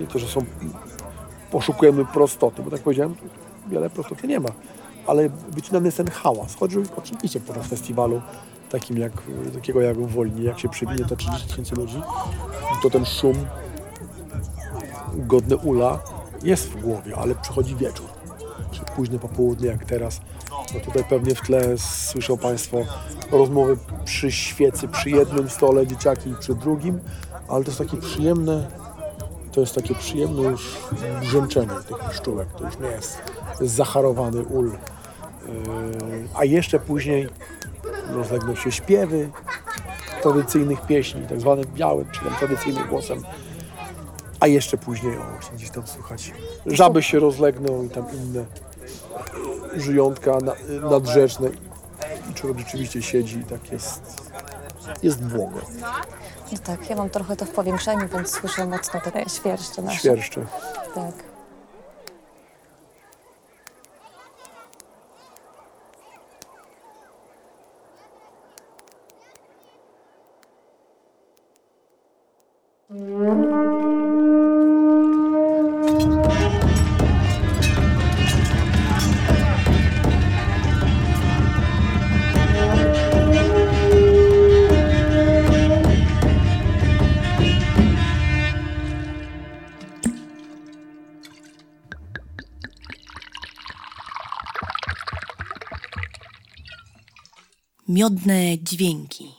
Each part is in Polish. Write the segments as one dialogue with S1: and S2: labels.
S1: to, że poszukujemy prostoty, bo tak powiedziałem, wiele prostoty nie ma, ale wycinany jest ten hałas. Chodzi oczywiście podczas festiwalu, takiego jak w Wolni, jak się przywinie to 30 000 ludzi, to ten szum godny ula jest w głowie, ale przychodzi wieczór, czy późne popołudnie jak teraz. No tutaj pewnie w tle słyszą Państwo rozmowy przy świecy, przy jednym stole, dzieciaki przy drugim, ale to jest takie przyjemne już brzęczenie tych pszczółek, to już nie jest zacharowany ul. A jeszcze później rozlegną się śpiewy tradycyjnych pieśni, tak zwane białym, czy tam tradycyjnym głosem. A jeszcze później gdzieś tam słychać żaby się rozlegną i tam inne żyjątka nadrzeczne. I człowiek rzeczywiście siedzi i tak jest błogo.
S2: No tak, ja mam trochę to w powiększeniu, więc słyszę mocno te świerszcze nasze.
S1: Świerszcze.
S2: Tak.
S3: Miodne dźwięki.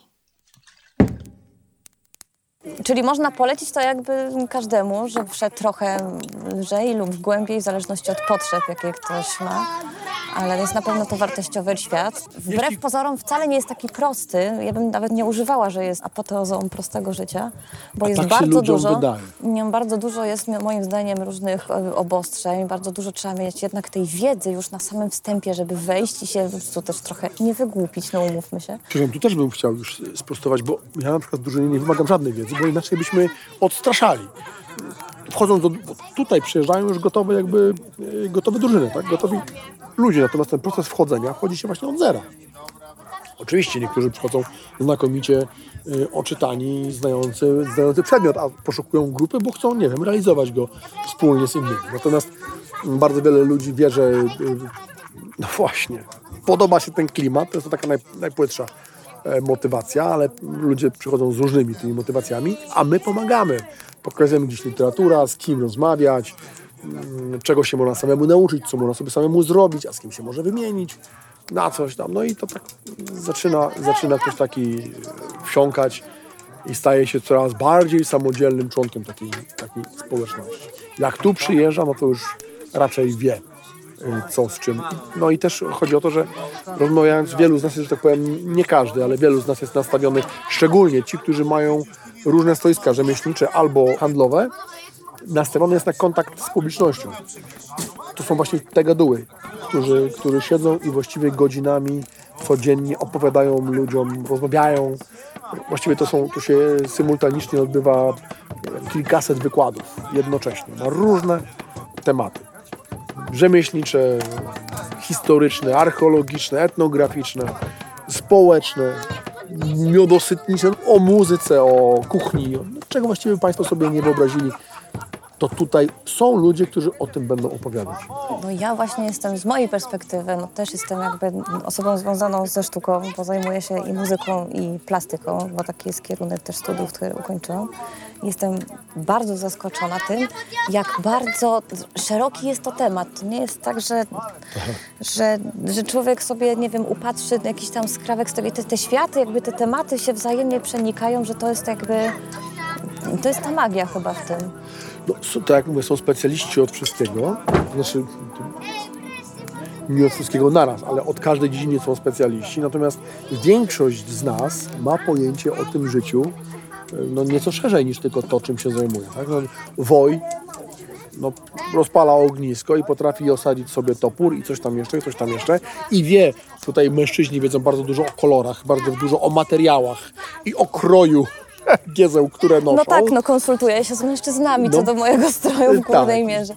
S2: Czyli można polecić to jakby każdemu, że wszedł trochę lżej lub głębiej, w zależności od potrzeb, jakie ktoś ma. Ale jest na pewno to wartościowy świat. Wbrew pozorom wcale nie jest taki prosty. Ja bym nawet nie używała, że jest apoteozą prostego życia, bo jest
S1: tak
S2: bardzo dużo.
S1: Wydaje.
S2: Bardzo dużo jest moim zdaniem różnych obostrzeń. Bardzo dużo trzeba mieć jednak tej wiedzy już na samym wstępie, żeby wejść i się po prostu też trochę nie wygłupić, no umówmy się.
S1: Przepraszam, tu też bym chciał już sprostować, bo ja na przykład w drużynie nie wymagam żadnej wiedzy, bo inaczej byśmy odstraszali. Wchodząc tutaj przyjeżdżają już gotowe drużyny, tak? Gotowi ludzie, natomiast ten proces wchodzenia wchodzi się właśnie od zera. Oczywiście niektórzy przychodzą znakomicie oczytani, znający przedmiot, a poszukują grupy, bo chcą, nie wiem, realizować go wspólnie z innymi. Natomiast bardzo wiele ludzi wie, że no właśnie, podoba się ten klimat, to jest to taka najpłytsza motywacja, ale ludzie przychodzą z różnymi tymi motywacjami, a my pomagamy. Pokazujemy gdzieś literatura, z kim rozmawiać, czego się można samemu nauczyć, co można sobie samemu zrobić, a z kim się może wymienić na coś tam. No i to tak zaczyna ktoś taki wsiąkać i staje się coraz bardziej samodzielnym członkiem takiej społeczności. Jak tu przyjeżdża, no to już raczej wie, co z czym. No i też chodzi o to, że rozmawiając, wielu z nas jest, że tak powiem, nie każdy, ale wielu z nas jest nastawionych, szczególnie ci, którzy mają różne stoiska rzemieślnicze albo handlowe, nastawiony jest na kontakt z publicznością. To są właśnie te gaduły, którzy siedzą i właściwie godzinami codziennie opowiadają ludziom, rozmawiają. Właściwie tu się symultanicznie odbywa kilkaset wykładów jednocześnie na różne tematy. Rzemieślnicze, historyczne, archeologiczne, etnograficzne, społeczne, miodosytnicze, o muzyce, o kuchni, czego właściwie Państwo sobie nie wyobrazili. To tutaj są ludzie, którzy o tym będą opowiadać.
S2: No ja właśnie jestem, z mojej perspektywy, no też jestem jakby osobą związaną ze sztuką, bo zajmuję się i muzyką, i plastyką, bo taki jest kierunek też studiów, które ukończyłam. Jestem bardzo zaskoczona tym, jak bardzo szeroki jest to temat. To nie jest tak, że człowiek sobie, nie wiem, upatrzy jakiś tam skrawek z tego. Te światy, jakby te tematy się wzajemnie przenikają, że to jest jakby, to jest ta magia chyba w tym.
S1: No, tak jak mówię, są specjaliści od wszystkiego, znaczy nie od wszystkiego naraz, ale od każdej dziedziny są specjaliści, natomiast większość z nas ma pojęcie o tym życiu no, nieco szerzej niż tylko to, czym się zajmuje. Tak? No, woj rozpala ognisko i potrafi osadzić sobie topór i coś tam jeszcze i wie, tutaj mężczyźni wiedzą bardzo dużo o kolorach, bardzo dużo o materiałach i o kroju giezeł, które noszą.
S2: No tak, konsultuję się z mężczyznami co do mojego stroju w głównej mierze.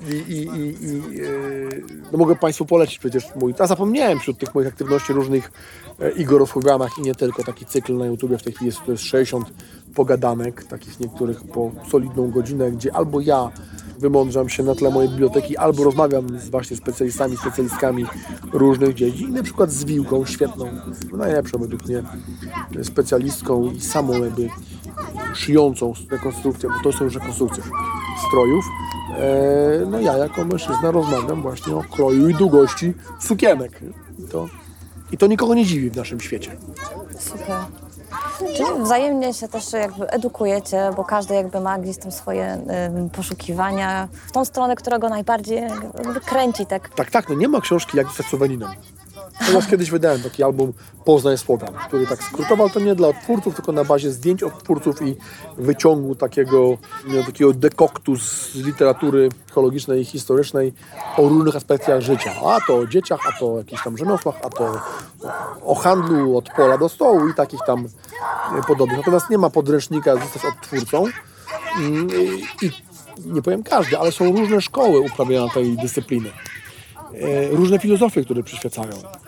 S1: Mogę Państwu polecić przecież ja zapomniałem wśród tych moich aktywności różnych igr o programach i nie tylko, taki cykl na YouTubie w tej chwili to jest 60 pogadanek, takich niektórych po solidną godzinę, gdzie albo ja wymądrzam się na tle mojej biblioteki, albo rozmawiam z właśnie specjalistkami różnych dziedzin, na przykład z Wiłką, świetną, najlepszą według mnie specjalistką i samą jakby szyjącą rekonstrukcję, bo to są już rekonstrukcje strojów. No ja jako mężczyzna rozmawiam właśnie o kroju i długości sukienek. I to nikogo nie dziwi w naszym świecie.
S2: Super. Czyli wzajemnie się też jakby edukujecie, bo każdy jakby ma gdzieś tam swoje poszukiwania w tą stronę, która go najbardziej jakby kręci, tak?
S1: Tak, no nie ma książki jak zostać Słoweninem. Natomiast kiedyś wydałem taki album Poznań Słowian, który tak skrótował to nie dla odtwórców, tylko na bazie zdjęć odtwórców i wyciągu takiego dekoktu z literatury psychologicznej i historycznej o różnych aspektach życia. A to o dzieciach, a to o jakichś tam rzemiosłach, a to o handlu od pola do stołu i takich tam podobnych. Natomiast nie ma podręcznika zostać odtwórcą i nie powiem każdy, ale są różne szkoły uprawiania tej dyscypliny. Różne filozofie, które przyświecają.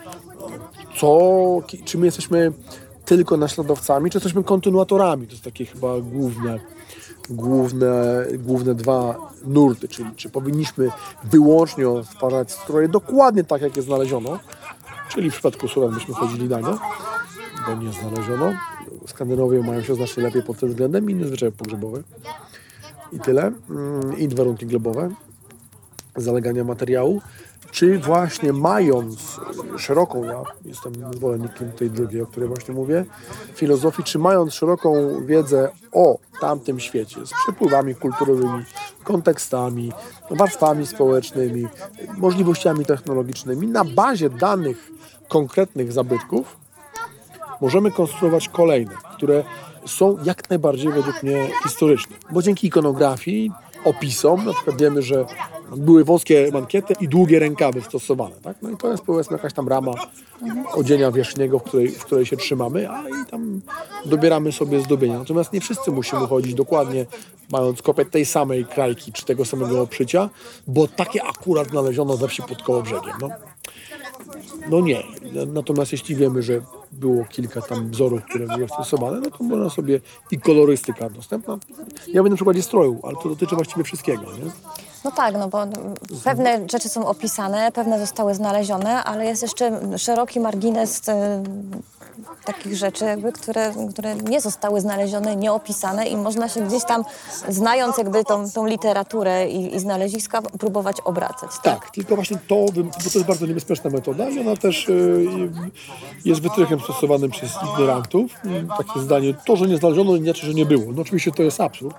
S1: Czy my jesteśmy tylko naśladowcami, czy jesteśmy kontynuatorami? To jest takie chyba główne dwa nurty, czyli czy powinniśmy wyłącznie stwarzać stroje dokładnie tak, jak je znaleziono, czyli w przypadku Słowian byśmy chodzili na nie, bo nie znaleziono. Skandynawowie mają się znacznie lepiej pod tym względem, inne zwyczaje pogrzebowe i tyle, i warunki glebowe, zalegania materiału. Czy właśnie mając szeroką, ja jestem zwolennikiem tej drugiej, o której właśnie mówię, filozofii, czy mając szeroką wiedzę o tamtym świecie z przepływami kulturowymi, kontekstami, warstwami społecznymi, możliwościami technologicznymi, na bazie danych konkretnych zabytków możemy konstruować kolejne, które są jak najbardziej według mnie historyczne. Bo dzięki ikonografii, opisom, na przykład wiemy, że były wąskie mankiety i długie rękawy stosowane, tak? No i to jest powiedzmy jakaś tam rama odzienia wierzchniego, w której się trzymamy, a i tam dobieramy sobie zdobienia. Natomiast nie wszyscy musimy chodzić dokładnie, mając kopię tej samej krajki czy tego samego oprzycia, bo takie akurat znaleziono we wsi pod Kołobrzegiem. No nie. Natomiast jeśli wiemy, że było kilka tam wzorów, które były stosowane, no to można sobie i kolorystyka dostępna. Ja mówię na przykładzie stroju, ale to dotyczy właściwie wszystkiego, nie?
S2: No tak, no bo pewne rzeczy są opisane, pewne zostały znalezione, ale jest jeszcze szeroki margines takich rzeczy, jakby, które nie zostały znalezione, nieopisane i można się gdzieś tam, znając jakby tą literaturę i znaleziska, próbować obracać.
S1: Tak, tylko właśnie bo to jest bardzo niebezpieczna metoda i ona też jest wytrychem stosowanym przez ignorantów. Takie zdanie, to, że nie znaleziono, nie znaczy, że nie było. No oczywiście to jest absurd.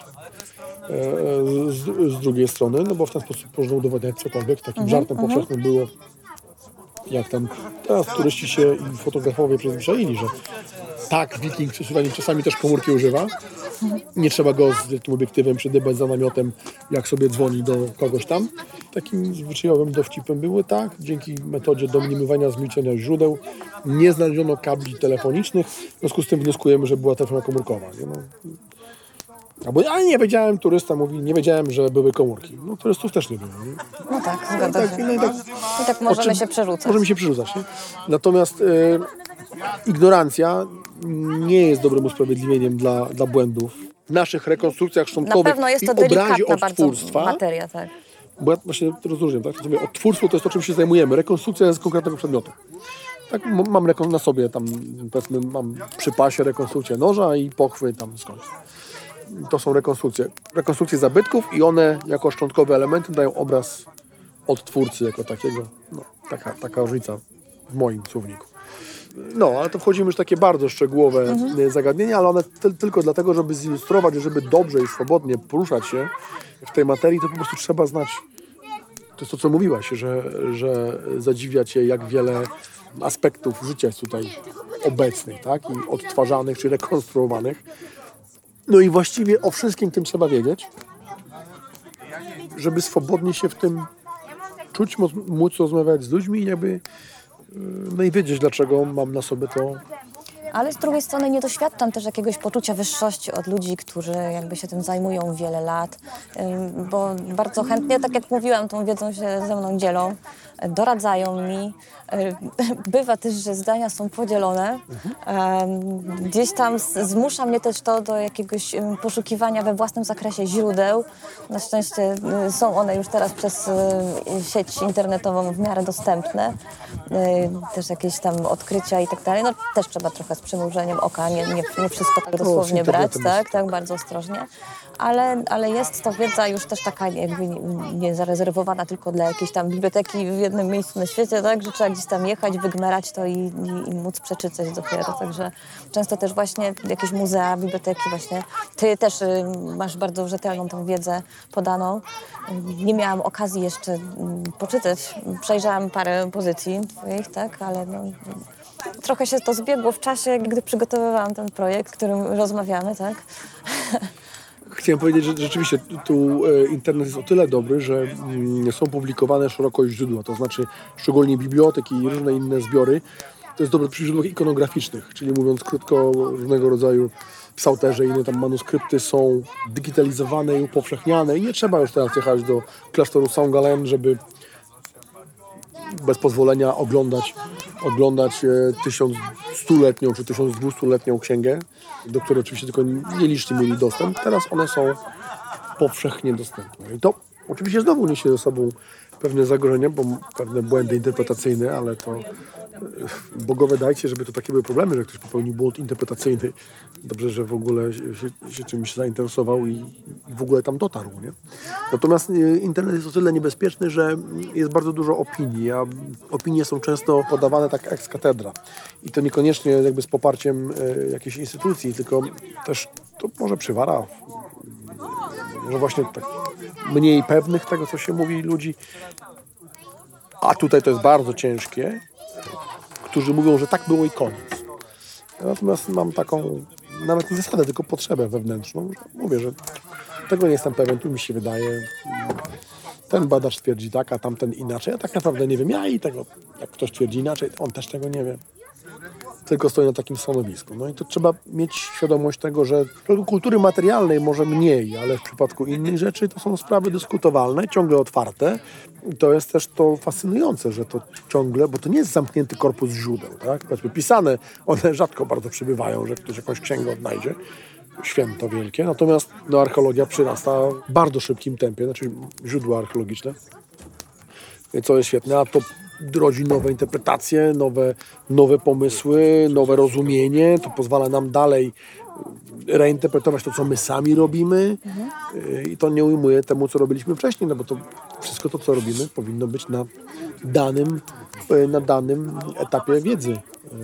S1: Z drugiej strony, no bo w ten sposób można udowadniać cokolwiek. Takim żartem powszechnym było, jak tam teraz turyści się i fotografowie przyzwyczaili, że tak, wiking czasami też komórki używa. Nie trzeba go z wielkim obiektywem przydybać za namiotem, jak sobie dzwoni do kogoś tam. Takim zwyczajowym dowcipem było tak, dzięki metodzie domniemywania zmilczenia źródeł nie znaleziono kabli telefonicznych, w związku z tym wnioskujemy, że była telefona komórkowa. Nie? No. Ale nie wiedziałem, turysta mówi, nie wiedziałem, że były komórki. No turystów też nie było. Nie?
S2: No tak, zgadza się. I tak możemy się przerzucać.
S1: Możemy się przerzucać. Nie? Natomiast ignorancja nie jest dobrym usprawiedliwieniem dla błędów. W naszych rekonstrukcjach szczątkowych
S2: na pewno jest to
S1: i obrazie
S2: delikatna bardzo
S1: odtwórstwa.
S2: materia, tak.
S1: Bo ja właśnie to rozróżniam, tak? Odtwórstwo to jest to, czym się zajmujemy. Rekonstrukcja jest konkretnego przedmiotu. Tak, mam na sobie tam, powiedzmy, mam przy pasie rekonstrukcję noża i pochwy tam skądś. To są rekonstrukcje zabytków i one jako szczątkowe elementy dają obraz odtwórcy jako takiego. No, taka różnica w moim słowniku. No, ale to wchodzimy już w takie bardzo szczegółowe zagadnienia, ale one tylko dlatego, żeby zilustrować, żeby dobrze i swobodnie poruszać się w tej materii, to po prostu trzeba znać. To jest to, co mówiłaś, że zadziwia cię, jak wiele aspektów życia jest tutaj obecnych, tak? I odtwarzanych czy rekonstruowanych. No i właściwie o wszystkim tym trzeba wiedzieć, żeby swobodnie się w tym czuć, móc rozmawiać z ludźmi i jakby no i wiedzieć, dlaczego mam na sobie to.
S2: Ale z drugiej strony nie doświadczam też jakiegoś poczucia wyższości od ludzi, którzy jakby się tym zajmują wiele lat, bo bardzo chętnie, tak jak mówiłam, tą wiedzą się ze mną dzielą. doradzają mi. Bywa też, że zdania są podzielone. Gdzieś tam zmusza mnie też to do jakiegoś poszukiwania we własnym zakresie źródeł. Na szczęście są one już teraz przez sieć internetową w miarę dostępne. Też jakieś tam odkrycia i tak dalej. No też trzeba trochę z przymrużeniem oka, nie wszystko tak dosłownie brać, tak bardzo ostrożnie. Ale jest to wiedza już też taka jakby nie zarezerwowana tylko dla jakiejś tam biblioteki w jednym miejscu na świecie, tak, że trzeba gdzieś tam jechać, wygmerać to i móc przeczytać dopiero. Także często też właśnie jakieś muzea, biblioteki właśnie. Ty też masz bardzo rzetelną tą wiedzę podaną. Nie miałam okazji jeszcze poczytać. Przejrzałam parę pozycji twoich, tak, ale no, trochę się to zbiegło w czasie, gdy przygotowywałam ten projekt, o którym rozmawiamy, tak.
S1: Chciałem powiedzieć, że rzeczywiście tu internet jest o tyle dobry, że są publikowane szeroko źródła, to znaczy szczególnie biblioteki i różne inne zbiory. To jest dobre przy źródłach ikonograficznych, czyli mówiąc krótko, różnego rodzaju psałterze i inne tam manuskrypty są digitalizowane i upowszechniane i nie trzeba już teraz jechać do klasztoru Saint-Gallen, żeby bez pozwolenia oglądać 1100-letnią czy 1200-letnią księgę, do której oczywiście tylko nieliczni mieli dostęp. Teraz one są powszechnie dostępne. I to oczywiście znowu niesie ze sobą pewne zagrożenia, bo pewne błędy interpretacyjne, ale to bogowie dajcie, żeby to takie były problemy, że ktoś popełnił błąd interpretacyjny. Dobrze, że w ogóle się czymś zainteresował i w ogóle tam dotarł, nie? Natomiast internet jest o tyle niebezpieczny, że jest bardzo dużo opinii, a opinie są często podawane tak ex cathedra. I to niekoniecznie jakby z poparciem jakiejś instytucji, tylko też to może przywara, może właśnie tak mniej pewnych tego, co się mówi ludzi. A tutaj to jest bardzo ciężkie, którzy mówią, że tak było i koniec. Ja natomiast mam taką, nawet nie zasadę, tylko potrzebę wewnętrzną, że mówię, że tego nie jestem pewien, tu mi się wydaje. Ten badacz twierdzi tak, a tamten inaczej. Ja tak naprawdę nie wiem. Ja i tego, jak ktoś twierdzi inaczej, on też tego nie wie. Tylko stoi na takim stanowisku. No i to trzeba mieć świadomość tego, że w przypadku kultury materialnej może mniej, ale w przypadku innych rzeczy to są sprawy dyskutowalne, ciągle otwarte. I to jest też to fascynujące, że to ciągle, bo to nie jest zamknięty korpus źródeł, tak? Powiedzmy, pisane, one rzadko bardzo przybywają, że ktoś jakąś księgę odnajdzie. Święto wielkie. Natomiast no, archeologia przyrasta w bardzo szybkim tempie, znaczy źródła archeologiczne. Co jest świetne, a to rodzi nowe interpretacje, nowe pomysły, nowe rozumienie. To pozwala nam dalej reinterpretować to, co my sami robimy. I to nie ujmuje temu, co robiliśmy wcześniej, no bo to wszystko to, co robimy, powinno być na danym etapie wiedzy.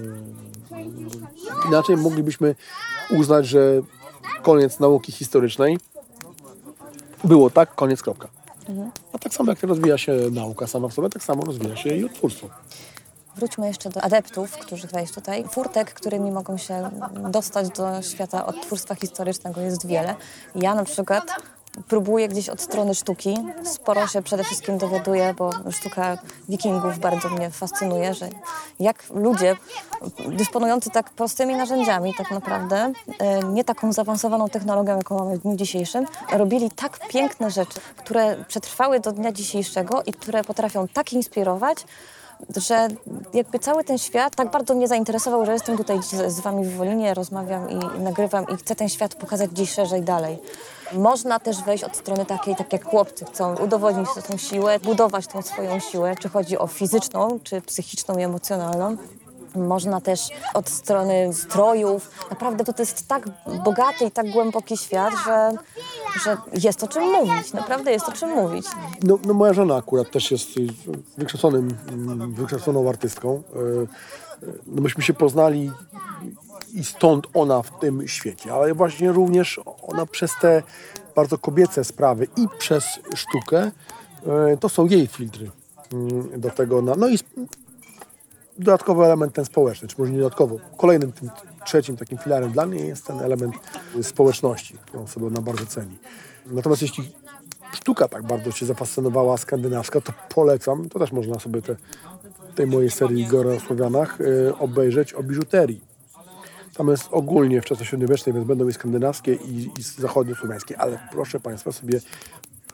S1: Inaczej moglibyśmy uznać, że koniec nauki historycznej było tak, koniec, kropka. A tak samo jak rozwija się nauka sama w sobie, tak samo rozwija się i odtwórstwo.
S2: Wróćmy jeszcze do adeptów, których jest tutaj. Furtek, którymi mogą się dostać do świata odtwórstwa historycznego, jest wiele. Ja na przykład próbuję gdzieś od strony sztuki. Sporo się przede wszystkim dowiaduję, bo sztuka wikingów bardzo mnie fascynuje, że jak ludzie dysponujący tak prostymi narzędziami tak naprawdę, nie taką zaawansowaną technologią, jaką mamy w dniu dzisiejszym, robili tak piękne rzeczy, które przetrwały do dnia dzisiejszego i które potrafią tak inspirować, że jakby cały ten świat tak bardzo mnie zainteresował, że jestem tutaj z wami w Wolinie, rozmawiam i nagrywam i chcę ten świat pokazać gdzieś szerzej dalej. Można też wejść od strony takiej, tak jak chłopcy chcą udowodnić tę siłę, budować tą swoją siłę, czy chodzi o fizyczną, czy psychiczną i emocjonalną. Można też od strony strojów. Naprawdę to jest tak bogaty i tak głęboki świat, że jest o czym mówić. Naprawdę jest o czym mówić.
S1: No moja żona akurat też jest wykształconą artystką. No myśmy się poznali i stąd ona w tym świecie. Ale właśnie również ona przez te bardzo kobiece sprawy i przez sztukę, to są jej filtry do tego. No i dodatkowy element ten społeczny, czy może nie dodatkowo. Kolejnym, tym trzecim takim filarem dla mnie jest ten element społeczności, którą sobie ona bardzo ceni. Natomiast jeśli sztuka tak bardzo się zafascynowała skandynawska, to polecam, to też można sobie tej mojej serii Góra o Słowianach obejrzeć o biżuterii. Tam jest ogólnie w czasach średniowiecznej, więc będą i skandynawskie i zachodniosłowiańskie, ale proszę Państwa sobie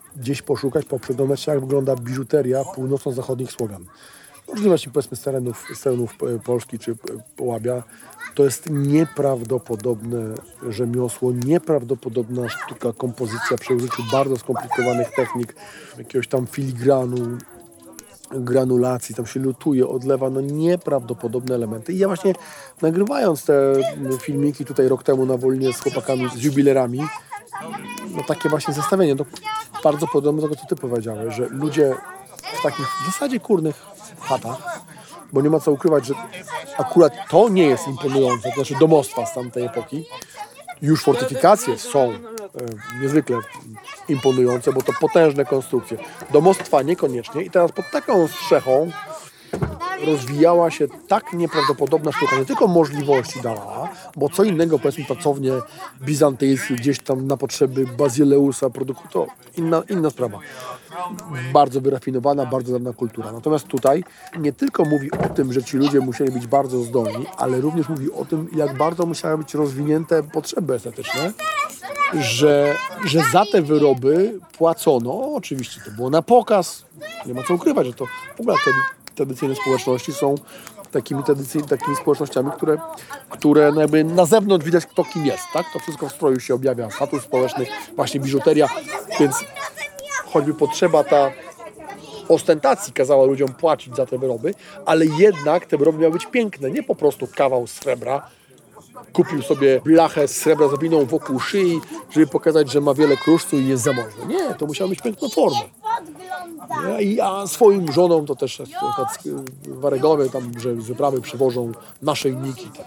S1: gdzieś poszukać, poprzeglądać się, jak wygląda biżuteria północno-zachodnich Słowian. Różnie właśnie powiedzmy z terenów Polski czy Połabia. To jest nieprawdopodobne rzemiosło, nieprawdopodobna sztuka, kompozycja przy użyciu bardzo skomplikowanych technik, jakiegoś tam filigranu, granulacji, tam się lutuje, odlewa, no nieprawdopodobne elementy. I ja właśnie nagrywając te filmiki tutaj rok temu na Wolinie z chłopakami, z jubilerami, no takie właśnie zestawienie, no bardzo podobne do tego, co ty powiedziałeś, że ludzie w takich w zasadzie kurnych chatach, bo nie ma co ukrywać, że akurat to nie jest imponujące, to znaczy domostwa z tamtej epoki. Już fortyfikacje są niezwykle imponujące, bo to potężne konstrukcje. Domostwa niekoniecznie i teraz pod taką strzechą rozwijała się tak nieprawdopodobna sztuka, nie tylko możliwości dawała, bo co innego powiedzmy pracownie bizantyjskie gdzieś tam na potrzeby Bazyleusa produktu, to inna sprawa. Bardzo wyrafinowana, bardzo dawna kultura. Natomiast tutaj nie tylko mówi o tym, że ci ludzie musieli być bardzo zdolni, ale również mówi o tym, jak bardzo musiały być rozwinięte potrzeby estetyczne, że za te wyroby płacono, oczywiście to było na pokaz, nie ma co ukrywać, że to w ogóle tradycyjne społeczności są takimi społecznościami, które no jakby na zewnątrz widać, kto kim jest, tak? To wszystko w stroju się objawia, status społeczny, właśnie biżuteria, więc choćby potrzeba ta ostentacji kazała ludziom płacić za te wyroby, ale jednak te wyroby miały być piękne, nie po prostu kawał srebra. Kupił sobie blachę z srebra zawiną wokół szyi, żeby pokazać, że ma wiele kruszcu i jest zamożny. Nie, to musiała mieć piękną formę. A swoim żonom to też Waregowie tam, że z wyprawy przywożą naszyjniki tam,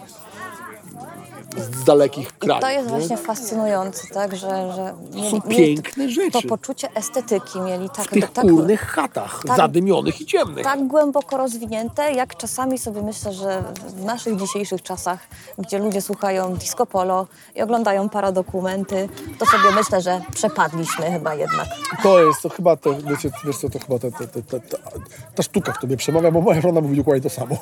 S1: z dalekich krajów.
S2: To jest właśnie fascynujące, tak, że
S1: są piękne rzeczy.
S2: To poczucie estetyki mieli
S1: w tych górnych chatach, zadymionych i ciemnych.
S2: Tak głęboko rozwinięte, jak czasami sobie myślę, że w naszych dzisiejszych czasach, gdzie ludzie słuchają disco polo i oglądają paradokumenty, to sobie myślę, że przepadliśmy chyba jednak.
S1: To chyba, wiesz co, to chyba ta sztuka w tobie przemawia, bo moja żona mówi dokładnie to samo.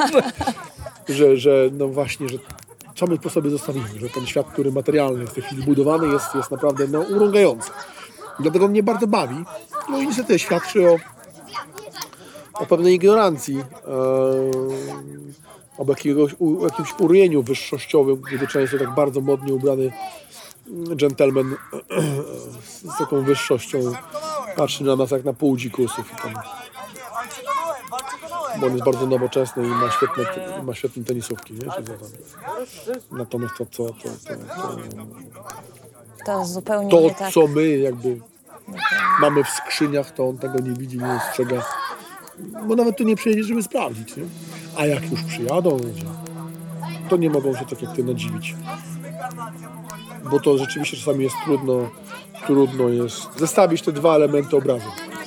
S1: że no właśnie, że co my po sobie zostawimy, że ten świat, który materialny w tej chwili budowany jest naprawdę urągający. Dlatego mnie bardzo bawi. No i niestety świadczy o pewnej ignorancji, o jakimś urojeniu wyższościowym, gdy często tak bardzo modnie ubrany dżentelmen z taką wyższością patrzy na nas jak na pół dzikusów. Bo on jest bardzo nowoczesny i ma świetne tenisówki, nie? Natomiast
S2: to jest zupełnie nie tak.
S1: Co my jakby mamy w skrzyniach, to on tego nie widzi, nie dostrzega. Bo nawet tu nie przyjedzie, żeby sprawdzić, nie? A jak już przyjadą ludzie, to nie mogą się tak jak ty nadziwić. Bo to rzeczywiście czasami jest trudno jest zestawić te dwa elementy obrazu.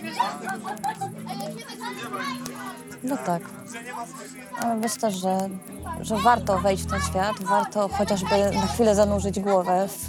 S2: No tak. Ale myślę, że warto wejść w ten świat, warto chociażby na chwilę zanurzyć głowę w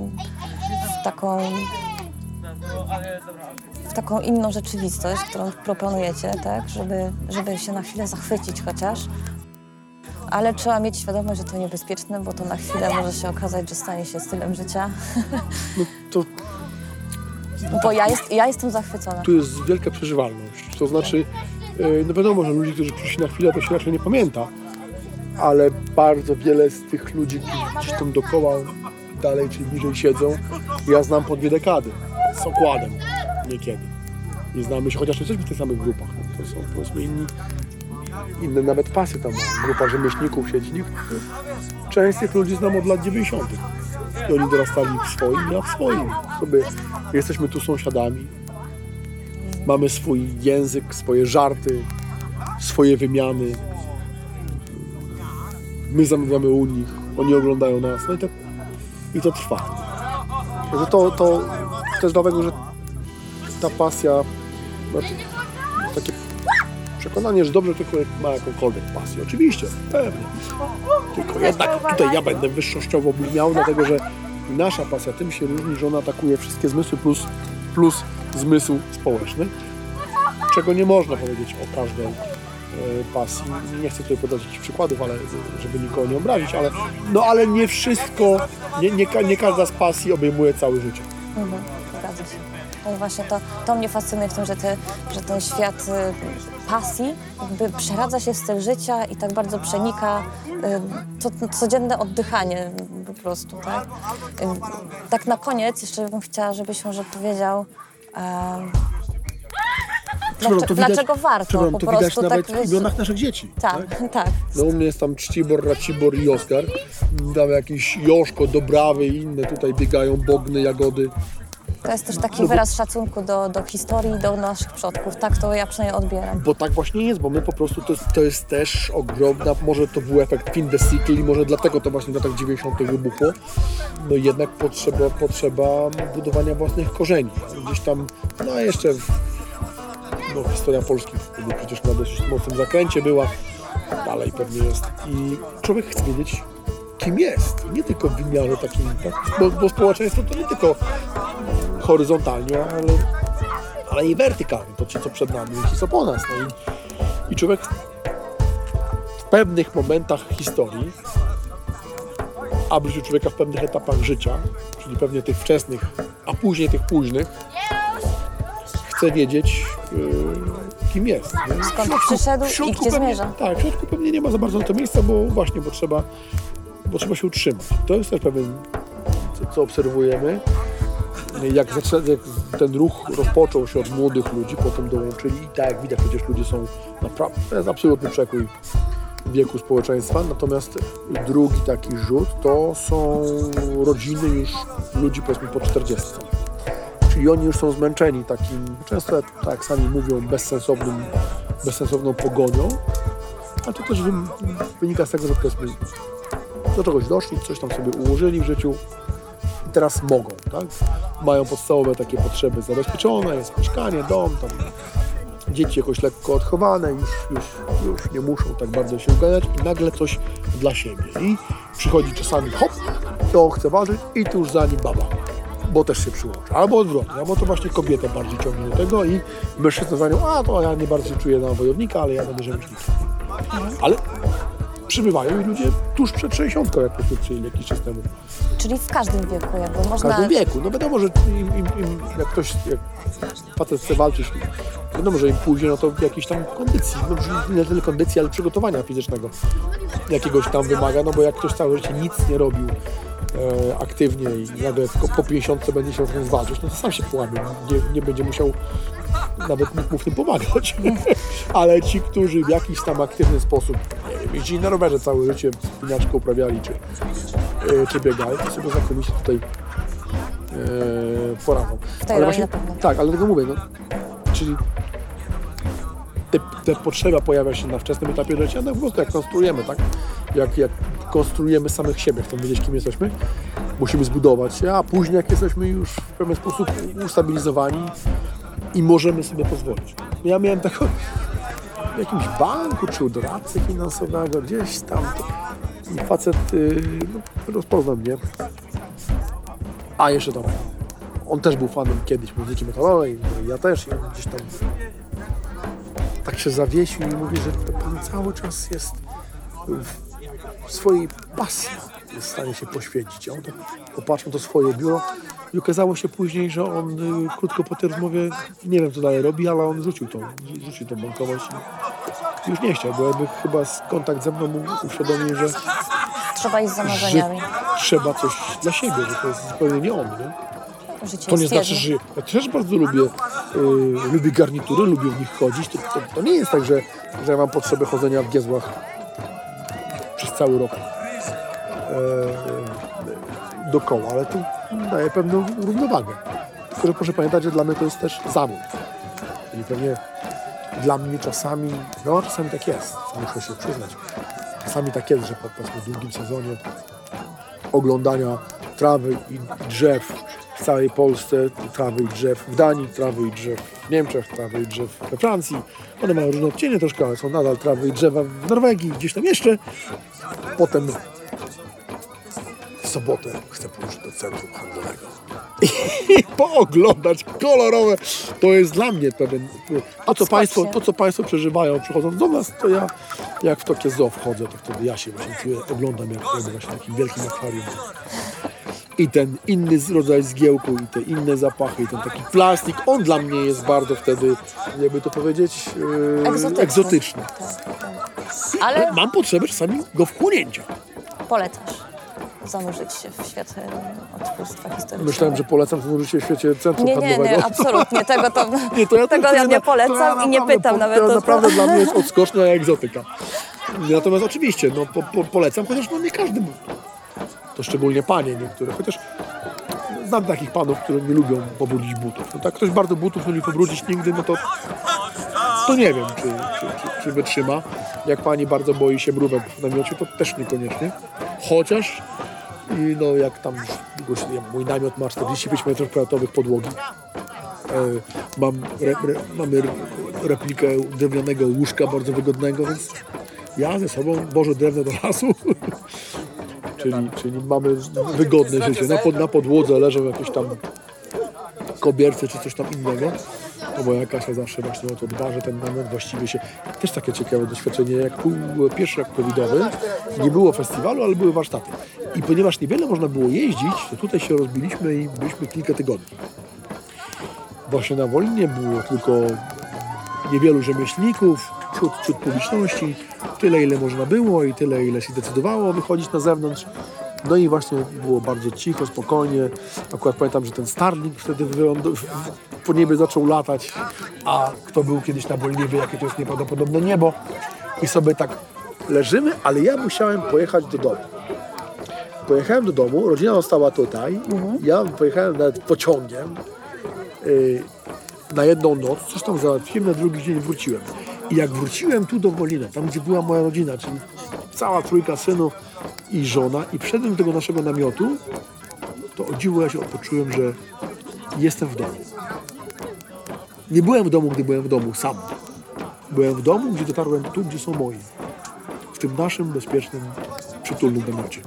S2: taką inną rzeczywistość, którą proponujecie, tak? Żeby się na chwilę zachwycić chociaż. Ale trzeba mieć świadomość, że to niebezpieczne, bo to na chwilę może się okazać, że stanie się stylem życia.
S1: No to...
S2: Bo ja jestem zachwycona.
S1: Tu jest wielka przeżywalność. To znaczy, no wiadomo, że ludzi, którzy przyszli na chwilę, to się raczej nie pamięta. Ale bardzo wiele z tych ludzi gdzieś tam dookoła, dalej czy bliżej siedzą. Ja znam po 2 dekady. Z okładem. Niekiedy. Nie znamy się, chociaż jesteśmy w tych samych grupach. To są powiedzmy inne nawet pasy tam. Grupa rzemieślników siedzi. Część z tych ludzi znam od lat 90. I oni dorastali w swoim, ja w swoim. Jesteśmy tu sąsiadami. Mamy swój język, swoje żarty, swoje wymiany. My zamawiamy u nich, oni oglądają nas. No i to trwa. To też dlatego, że ta pasja, znaczy takie przekonanie, że dobrze tylko ma jakąkolwiek pasję. Oczywiście, pewnie. Tylko jednak tutaj ja będę wyższościowo brzmiał, dlatego że nasza pasja tym się różni, że ona atakuje wszystkie zmysły plus zmysł społeczny, czego nie można powiedzieć o każdej pasji. Nie chcę tutaj podać przykładów, ale żeby nikogo nie obrazić, ale nie wszystko, nie każda z pasji obejmuje całe życie.
S2: Zgadza się. No i właśnie to mnie fascynuje w tym, że ten świat pasji jakby przeradza się w styl życia i tak bardzo przenika to codzienne oddychanie po prostu, tak? Tak na koniec jeszcze bym chciała, żebyś może powiedział, dlaczego warto po
S1: to
S2: prostu
S1: widać nawet
S2: tak
S1: w imionach naszych dzieci.
S2: Tak.
S1: No u mnie jest tam Czcibor, Racibor i Oskar. Tam jakiś Joszko, Dobrawy i inne tutaj biegają, Bogny, Jagody.
S2: To jest też taki wyraz szacunku do historii, do naszych przodków. Tak to ja przynajmniej odbieram.
S1: Bo tak właśnie jest, bo my po prostu, to jest też ogromna, może to był efekt Fin the Cycle i może dlatego to właśnie w latach 90. wybuchło. No jednak potrzeba budowania własnych korzeni. Gdzieś tam, no jeszcze historia Polski wtedy przecież na dosyć mocnym zakręcie była, dalej pewnie jest. I człowiek chce wiedzieć, kim jest. Nie tylko w wymiarze takim, tak? Bo społeczeństwo to nie tylko horyzontalnie, ale i wertykalnie. To ci, co przed nami, ci, co po nas. No i człowiek w pewnych momentach historii, a w życiu człowieka w pewnych etapach życia, czyli pewnie tych wczesnych, a później tych późnych, chce wiedzieć, kim jest. Nie?
S2: Skąd przyszedł i gdzie zmierza.
S1: Tak, w środku pewnie nie ma za bardzo na to miejsca, bo trzeba się utrzymać. To jest też pewien, co obserwujemy. Jak ten ruch rozpoczął się od młodych ludzi, potem dołączyli i tak jak widać, przecież ludzie są naprawdę, to jest absolutny przekrój wieku społeczeństwa, natomiast drugi taki rzut to są rodziny już ludzi powiedzmy po 40. Czyli oni już są zmęczeni takim, często tak jak sami mówią, bezsensowną pogonią, ale to też wynika z tego, że powiedzmy do czegoś doszli, coś tam sobie ułożyli w życiu i teraz mogą, tak? Mają podstawowe takie potrzeby zabezpieczone, jest mieszkanie, dom, tam dzieci jakoś lekko odchowane, już nie muszą tak bardzo się uganiać i nagle coś dla siebie. I przychodzi czasami hop, to chce ważyć i tu już za nim baba, bo też się przyłącza. Albo odwrotnie, albo to właśnie kobietę bardziej ciągnie do tego i mężczyzna za nią, to ja nie bardzo się czuję na wojownika, ale ja będę rzemieślnikiem. Ale przybywają i ludzie tuż przed 60, jak powiedzmy przyjęli jakiś czas temu.
S2: Czyli w każdym wieku jakby można...
S1: W każdym wieku. No wiadomo, że jak facet chce walczyć, wiadomo, że im później, no to jakiejś tam kondycji, no nie tyle kondycji, ale przygotowania fizycznego jakiegoś tam wymaga, no bo jak ktoś całe życie nic nie robił aktywnie i nagle po 50 będzie się walczyć, no to sam się połamie, nie będzie musiał nawet nikt mu w tym pomagać. Ale ci, którzy w jakiś tam aktywny sposób, nie wiem, jeździli na rowerze całe życie, spinaczkę uprawiali, czy biegali, to sobie znakomicie tutaj poradzą. Ale właśnie, tak, ale tego mówię, no, czyli te potrzeba pojawia się na wczesnym etapie życia, no po prostu jak konstruujemy, tak? Jak konstruujemy samych siebie, chcemy wiedzieć, kim jesteśmy, musimy zbudować się, a później jak jesteśmy już w pewien sposób ustabilizowani i możemy sobie pozwolić. Ja miałem taką w jakimś banku czy u doradcy finansowego, gdzieś tam i facet rozpoznał mnie, a jeszcze tam on też był fanem kiedyś muzyki metalowej, ja też, i on gdzieś tam tak się zawiesił i mówi, że pan cały czas jest w swojej pasji, jest w stanie się poświęcić. A on tak popatrzył to swoje biuro i okazało się później, że on krótko po tej rozmowie, nie wiem co dalej robi, ale on rzucił tą bankowość i już nie chciał, bo jakby chyba kontakt ze mną mu uświadomił, że
S2: trzeba iść za marzeniami.
S1: Trzeba coś dla siebie, że to jest zupełnie nie on, nie?
S2: Życie
S1: to nie znaczy, że ja też bardzo lubię garnitury, lubię w nich chodzić. To nie jest tak, że ja mam potrzebę chodzenia w giezłach przez cały rok dookoła, ale to daje pewną równowagę. Tylko, że proszę pamiętać, że dla mnie to jest też zawód. Czyli pewnie dla mnie czasami tak jest, muszę się przyznać. Czasami tak jest, że po długim sezonie oglądania trawy i drzew w całej Polsce, trawy i drzew w Danii, trawy i drzew w Niemczech, trawy i drzew we Francji. One mają różne odcienie troszkę, ale są nadal trawy i drzewa w Norwegii, gdzieś tam jeszcze. Potem w sobotę chcę pójść do centrum handlowego i pooglądać kolorowe. To jest dla mnie pewien... To, co Państwo przeżywają przychodząc do nas, to ja jak w Tokio Zoo wchodzę, to wtedy ja się właśnie czuję, oglądam jak właśnie takim wielkim akwarium. I ten inny rodzaj zgiełku, i te inne zapachy, i ten taki plastik, on dla mnie jest bardzo wtedy, jakby to powiedzieć, egzotyczny.
S2: Tak. Ale
S1: Mam potrzebę czasami go wchłonięcia.
S2: polecasz zanurzyć się w świecie odtwórstwa historycznego.
S1: Myślałem, że polecam zanurzyć się w świecie centrum
S2: Nie,
S1: handlowego.
S2: absolutnie. Tego to,
S1: Nie,
S2: tego ja nie polecam i nie pytam nawet.
S1: To naprawdę dla mnie jest odskoczna egzotyka. Natomiast oczywiście, polecam, chociaż nie każdy, to szczególnie panie niektóre, chociaż znam takich panów, którzy nie lubią pobrudzić butów. No tak, ktoś bardzo butów nie lubi pobrudzić nigdy, no to nie wiem, czy wytrzyma. Jak pani bardzo boi się mrówek w namiocie, to też niekoniecznie. Chociaż, jak tam, mój namiot ma 45 m2 podłogi. Mamy replikę drewnianego łóżka, bardzo wygodnego, więc ja ze sobą wożę drewno do lasu. Czyli mamy wygodne życie. Na podłodze leżą jakieś tam kobierce czy coś tam innego. No moja Kasia zawsze właśnie o to dba, że ten namiot właściwie się... Też takie ciekawe doświadczenie, jak pierwszy rok covidowy, nie było festiwalu, ale były warsztaty. I ponieważ niewiele można było jeździć, to tutaj się rozbiliśmy i byliśmy kilka tygodni. Właśnie na Wolinie było tylko niewielu rzemieślników, ciut publiczności, tyle ile można było i tyle ile się decydowało wychodzić na zewnątrz. No i właśnie było bardzo cicho, spokojnie. Akurat pamiętam, że ten Starlink wtedy po niebie zaczął latać, a kto był kiedyś na Wolinie wie, jakie to jest nieprawdopodobne niebo. I sobie tak leżymy, ale ja musiałem pojechać do domu. Pojechałem do domu, rodzina została tutaj, ja pojechałem nawet pociągiem na jedną noc, coś tam załatwiłem, na drugi dzień wróciłem. I jak wróciłem tu do Wolina, tam gdzie była moja rodzina, czyli cała trójka synów i żona, i wszedłem do tego naszego namiotu, to o dziwo ja się poczułem, że jestem w domu. Nie byłem w domu, gdy byłem w domu sam. Byłem w domu, gdzie dotarłem tu, gdzie są moi. W tym naszym bezpiecznym, przytulnym namiocie.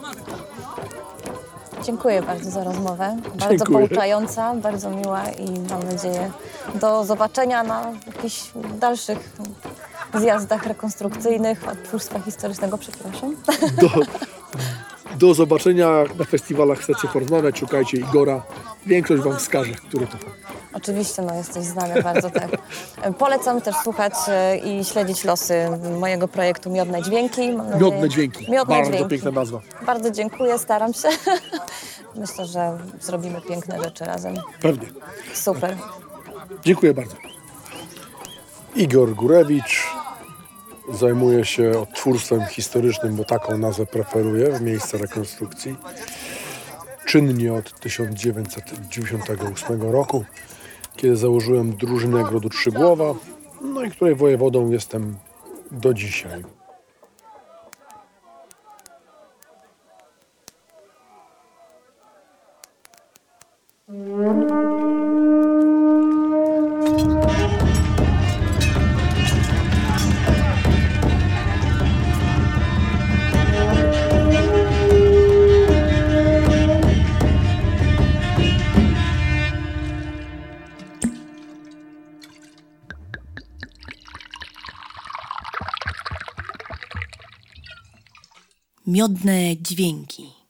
S2: Dziękuję bardzo za rozmowę. Bardzo
S1: Dziękuję.
S2: pouczająca, bardzo miła i mam nadzieję do zobaczenia na jakichś dalszych zjazdach rekonstrukcyjnych odtwórstwa historycznego, przepraszam.
S1: Do zobaczenia na festiwalach. Chcecie porozmawiać, szukajcie Igora. Większość wam wskaże, który to.
S2: Oczywiście, jesteś znany bardzo, tak. Polecam też słuchać i śledzić losy mojego projektu Miodne Dźwięki. Mam nadzieję...
S1: Miodne Dźwięki.
S2: Miodne
S1: Bardzo
S2: Dźwięki.
S1: piękna nazwa.
S2: Bardzo dziękuję, staram się. Myślę, że zrobimy piękne rzeczy razem.
S1: Pewnie.
S2: Super.
S1: Dziękuję bardzo. Igor Górewicz zajmuje się odtwórstwem historycznym, bo taką nazwę preferuje w miejsce rekonstrukcji. Czynnie od 1998 roku, kiedy założyłem drużynę Grodu Trzygłowa, no i której wojewodą jestem do dzisiaj.
S3: Miodne dźwięki.